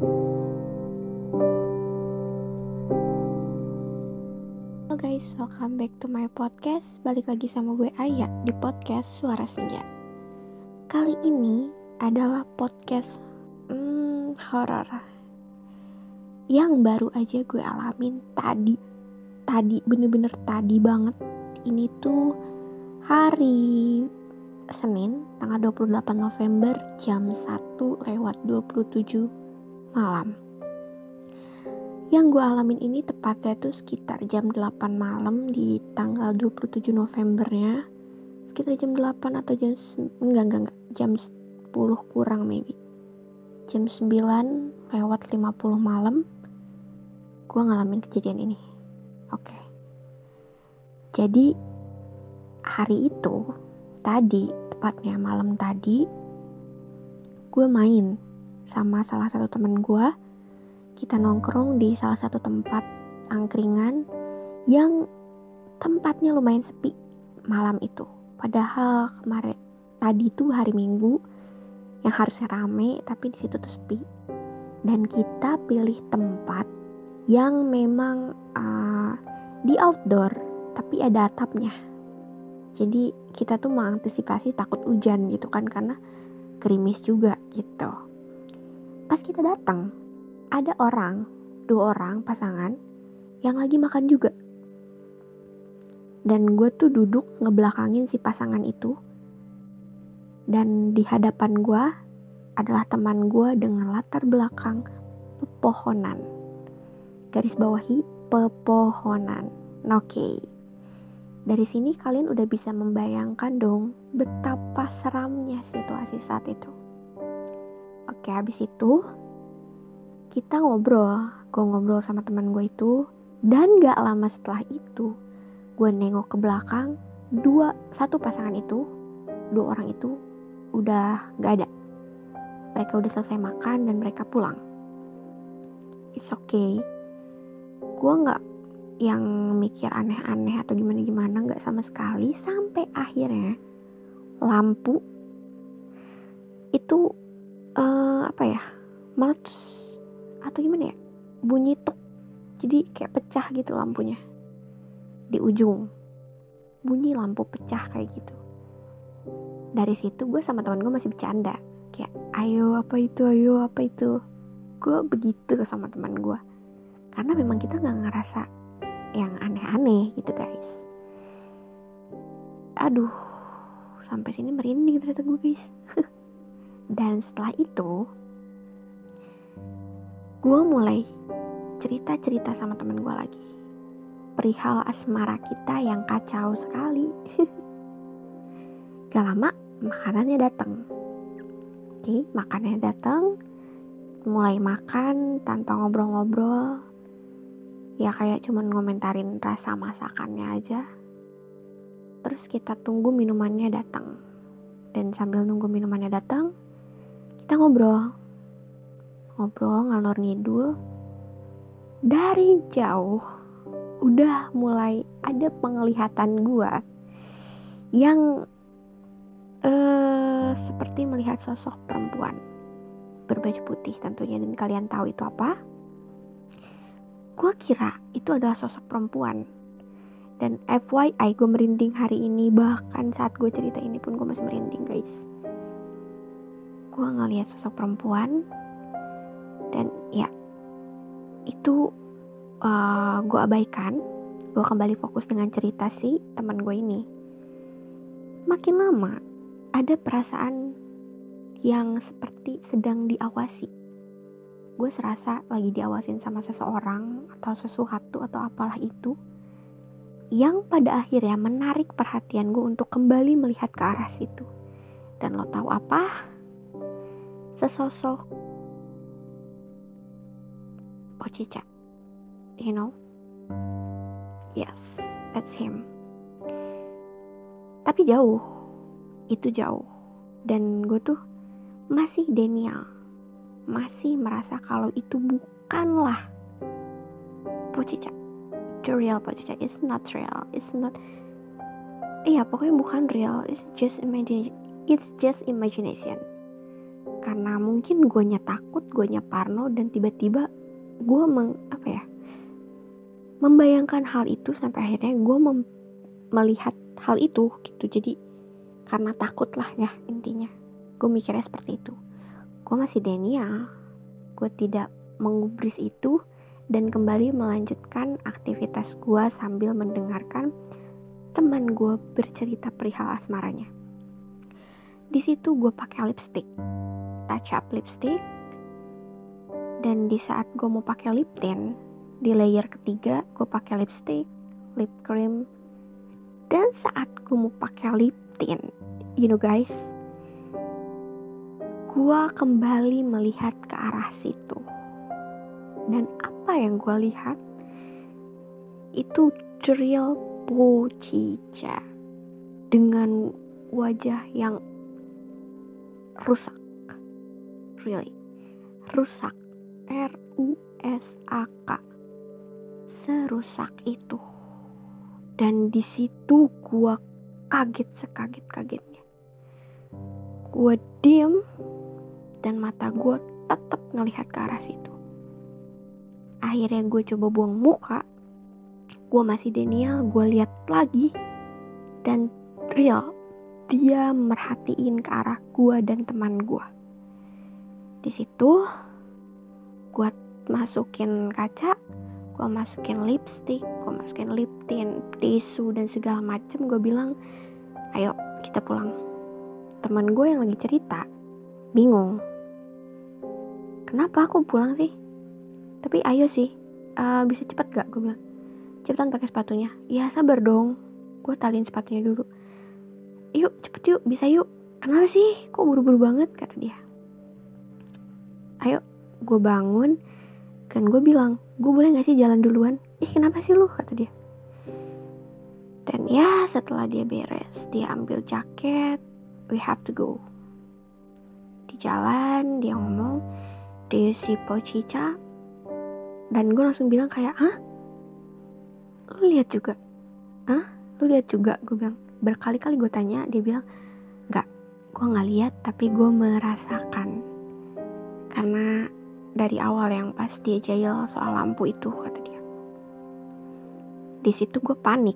Halo guys, welcome back to my podcast. Balik lagi sama gue Aya di podcast Suara Senja. Kali ini adalah podcast horor yang baru aja gue alamin tadi bener-bener tadi banget. Ini tuh hari Senin tanggal 28 November jam 1:27 malam. Yang gue alamin ini tepatnya tuh sekitar jam 8 malam di tanggal 27 Novembernya. Sekitar jam 8 atau jam enggak, jam 10 kurang maybe. Jam 9:50 malam gue ngalamin kejadian ini. Oke. Jadi hari itu tadi, tepatnya malam tadi, gue main sama salah satu temen gue. Kita nongkrong di salah satu tempat angkringan yang tempatnya lumayan sepi malam itu. Padahal kemarin tadi tuh hari Minggu yang harusnya rame, tapi di situ tuh sepi. Dan kita pilih tempat yang memang di outdoor, tapi ada atapnya. Jadi kita tuh mengantisipasi takut hujan gitu kan, karena gerimis juga gitu. Pas kita datang, ada 2 orang pasangan yang lagi makan juga. Dan gue tuh duduk ngebelakangin si pasangan itu. Dan di hadapan gue adalah teman gue dengan latar belakang pepohonan. Garis bawahi pepohonan. Oke. Dari sini kalian udah bisa membayangkan dong betapa seramnya situasi saat itu. Oke, habis itu kita gue ngobrol sama teman gue itu, dan gak lama setelah itu gue nengok ke belakang, 2 orang itu udah gak ada. Mereka udah selesai makan dan mereka pulang. It's okay. Gue gak yang mikir aneh-aneh atau gimana-gimana, gak sama sekali, sampai akhirnya lampu itu meletus atau gimana ya, bunyi tuk, jadi kayak pecah gitu lampunya di ujung, bunyi lampu pecah kayak gitu. Dari situ gue sama teman gue masih bercanda kayak ayo apa itu, gue begitu sama teman gue, karena memang kita nggak ngerasa yang aneh-aneh gitu guys. Aduh, sampai sini merinding ternyata gue guys. Dan setelah itu gue mulai cerita sama temen gue lagi perihal asmara kita yang kacau sekali. Gak lama makanannya datang. Oke, makanannya datang. Mulai makan tanpa ngobrol-ngobrol. Ya kayak cuman ngomentarin rasa masakannya aja. Terus kita tunggu minumannya datang. Dan sambil nunggu minumannya datang, kita ngobrol ngalor ngidul. Dari jauh udah mulai ada penglihatan gua yang seperti melihat sosok perempuan berbaju putih tentunya, dan kalian tahu itu apa. Gua kira itu adalah sosok perempuan, dan FYI gue merinding hari ini. Bahkan saat gue cerita ini pun gue masih merinding guys. Gue ngelihat sosok perempuan. Dan ya, itu gue abaikan. Gue kembali fokus dengan cerita si teman gue ini. Makin lama, ada perasaan yang seperti sedang diawasi. Gue serasa lagi diawasin sama seseorang atau sesuatu atau apalah itu, yang pada akhirnya menarik perhatian gue untuk kembali melihat ke arah situ. Dan lo tahu apa? Sesosok Pocica, you know? Yes, that's him. Tapi jauh, itu jauh. Dan gue tuh masih denial, masih merasa kalau itu bukanlah Pocica. The real Pocica is not real, it's not. Iya, pokoknya bukan real, it's just imagination. karena mungkin guanya takut, guanya parno, dan tiba-tiba gue membayangkan hal itu sampai akhirnya gue melihat hal itu gitu. Jadi karena takut lah ya intinya, gue mikirnya seperti itu. Gue masih denial, gue tidak menggubris itu dan kembali melanjutkan aktivitas gue sambil mendengarkan teman gue bercerita perihal asmaranya. Di situ gue pakai lipstick, touch up lipstick, dan di saat gue mau pakai lip tint, di layer ketiga gue pakai lipstick, lip cream, dan saat gue mau pakai lip tint, you know guys, gue kembali melihat ke arah situ. Dan apa yang gue lihat itu Trill Pocica dengan wajah yang rusak, really rusak, RUSAK, serusak itu. Dan di situ gue kaget sekaget-kagetnya. Gue diem dan mata gue tetap ngelihat ke arah situ. Akhirnya gue coba buang muka, gue masih denial, gue lihat lagi, dan real, dia merhatiin ke arah gue dan teman gue. Di situ gue masukin kaca, gue masukin lipstick, gue masukin lip tint, tisu dan segala macem. Gue bilang, ayo kita pulang. Teman gue yang lagi cerita bingung, kenapa aku pulang sih? Tapi ayo sih, bisa cepet gak? Gue bilang, cepetan pakai sepatunya. Ya sabar dong, gue taliin sepatunya dulu. Yuk cepet yuk, bisa yuk. Kenapa sih? Kok buru-buru banget? Kata dia. Ayo, gue bangun. Kan gue bilang, gue boleh gak sih jalan duluan? Kenapa sih lu? Kata dia. Dan ya setelah dia beres, dia ambil jaket, we have to go. Di jalan dia ngomong, do you see Pocica? Dan gue langsung bilang kayak, hah? Lu lihat juga? Hah? Lu lihat juga? Gue bilang, berkali-kali gue tanya, dia bilang, enggak, gue gak lihat tapi gue merasakan. Karena dari awal yang pas dia jahil soal lampu itu, kata dia. Di situ gue panik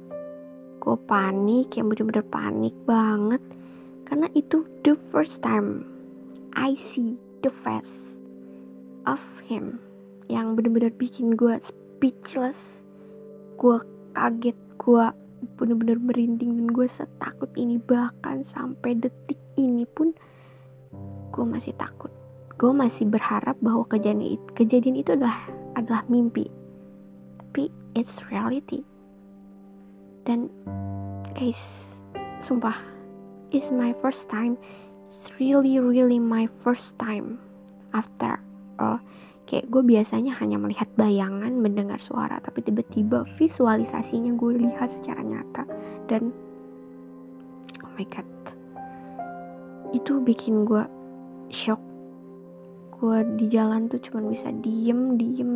yang bener-bener panik banget. Karena itu the first time I see the face of him, yang bener-bener bikin gue speechless. Gue kaget, gue bener-bener merinding, dan gue setakut ini. Bahkan sampai detik ini pun gue masih takut. Gue masih berharap bahwa kejadian itu adalah mimpi, tapi it's reality. Dan guys, sumpah, it's my first time. It's really my first time after all. Kayak gue biasanya hanya melihat bayangan, mendengar suara, tapi tiba-tiba visualisasinya gue lihat secara nyata. Dan oh my god, itu bikin gue shock. Gue di jalan tuh cuma bisa diem,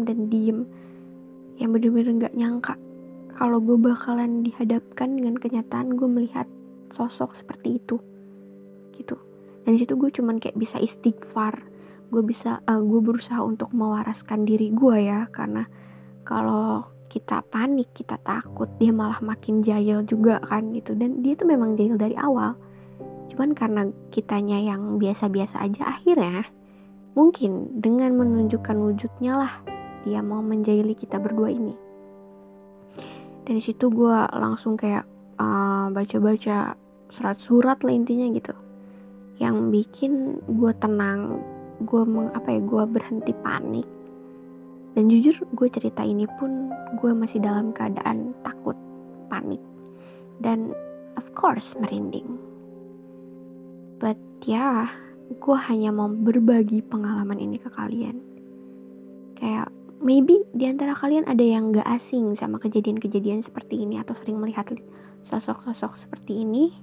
yang bener-bener gak nyangka kalau gue bakalan dihadapkan dengan kenyataan gue melihat sosok seperti itu gitu. Dan disitu gue cuman kayak bisa istighfar. Gue berusaha untuk mewaraskan diri gue ya, karena kalau kita panik, kita takut, dia malah makin jahil juga kan gitu. Dan dia tuh memang jahil dari awal, cuman karena kitanya yang biasa-biasa aja, akhirnya mungkin dengan menunjukkan wujudnya lah dia mau menjahili kita berdua ini. Dan disitu gue langsung kayak baca-baca surat-surat lah intinya gitu, yang bikin gue tenang. Gue berhenti panik. Dan jujur gue cerita ini pun gue masih dalam keadaan takut, panik, dan of course merinding. But ya, gue hanya mau berbagi pengalaman ini ke kalian. Kayak maybe di antara kalian ada yang gak asing sama kejadian-kejadian seperti ini, atau sering melihat sosok-sosok seperti ini.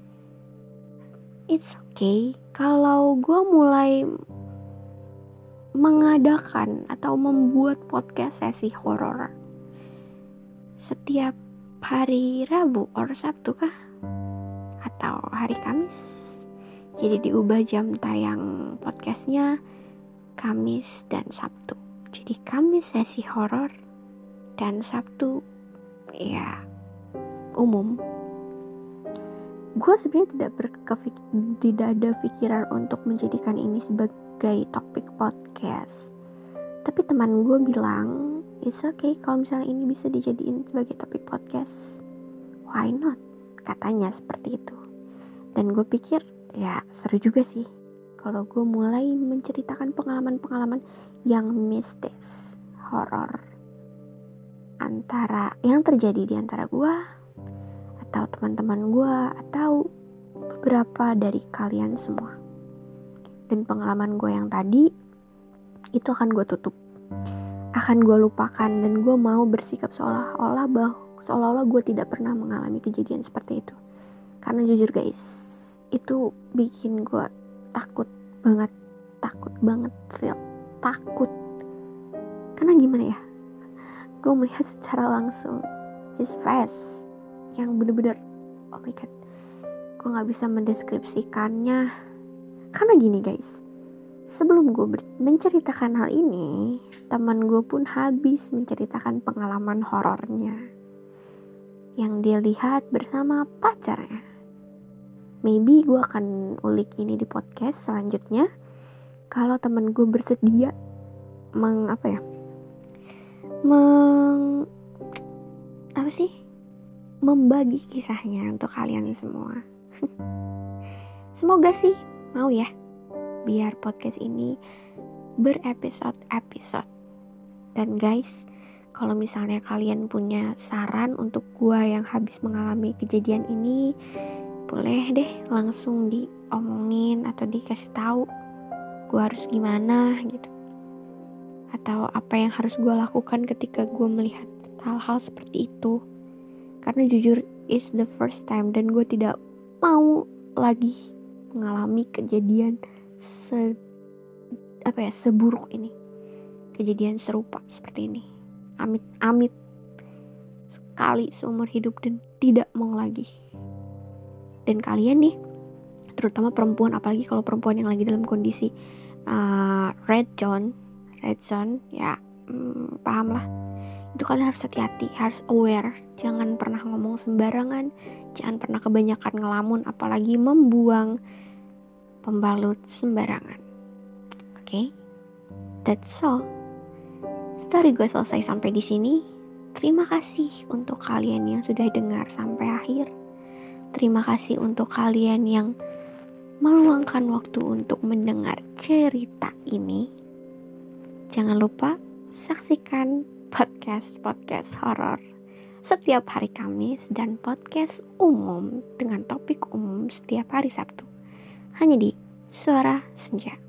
It's okay kalau gue mulai mengadakan atau membuat podcast sesi horor setiap hari Rabu or Sabtu kah? Atau hari Kamis? Jadi diubah jam tayang podcastnya Kamis dan Sabtu. Jadi Kamis sesi horor dan Sabtu ya umum. Gue sebenarnya tidak ada pikiran untuk menjadikan ini sebagai topik podcast. Tapi teman gue bilang, it's okay kalau misalnya ini bisa dijadiin sebagai topik podcast. Why not? Katanya seperti itu. Dan gue pikir, ya seru juga sih kalau gue mulai menceritakan pengalaman-pengalaman yang mistis, horor, antara yang terjadi di antara gue atau teman-teman gue atau beberapa dari kalian semua. Dan pengalaman gue yang tadi itu akan gue tutup, akan gue lupakan, dan gue mau bersikap seolah-olah gue tidak pernah mengalami kejadian seperti itu. Karena jujur guys, itu bikin gue takut banget, real takut. Karena gimana ya, gue melihat secara langsung his face yang bener-bener, oh my god, gue gak bisa mendeskripsikannya. Karena gini guys, sebelum gue menceritakan hal ini, teman gue pun habis menceritakan pengalaman horornya yang dia lihat bersama pacarnya. Maybe gue akan ulik ini di podcast selanjutnya kalau teman gue bersedia membagi kisahnya untuk kalian semua. Semoga sih mau ya, biar podcast ini berepisode-episode. Dan guys, kalau misalnya kalian punya saran untuk gue yang habis mengalami kejadian ini, boleh deh langsung diomongin atau dikasih tahu gue harus gimana gitu, atau apa yang harus gue lakukan ketika gue melihat hal-hal seperti itu. Karena jujur it's the first time, dan gue tidak mau lagi mengalami kejadian seburuk ini, kejadian serupa seperti ini. Amit sekali seumur hidup dan tidak mau lagi. Dan kalian nih, terutama perempuan, apalagi kalau perempuan yang lagi dalam kondisi red zone ya, paham lah. Itu kalian harus hati-hati, harus aware. Jangan pernah ngomong sembarangan, jangan pernah kebanyakan ngelamun, apalagi membuang pembalut sembarangan. Oke? That's all. Story gue selesai sampai di sini. Terima kasih untuk kalian yang sudah dengar sampai akhir. Terima kasih untuk kalian yang meluangkan waktu untuk mendengar cerita ini. Jangan lupa saksikan podcast horor setiap hari Kamis dan podcast umum dengan topik umum setiap hari Sabtu. Hanya di Suara Senja.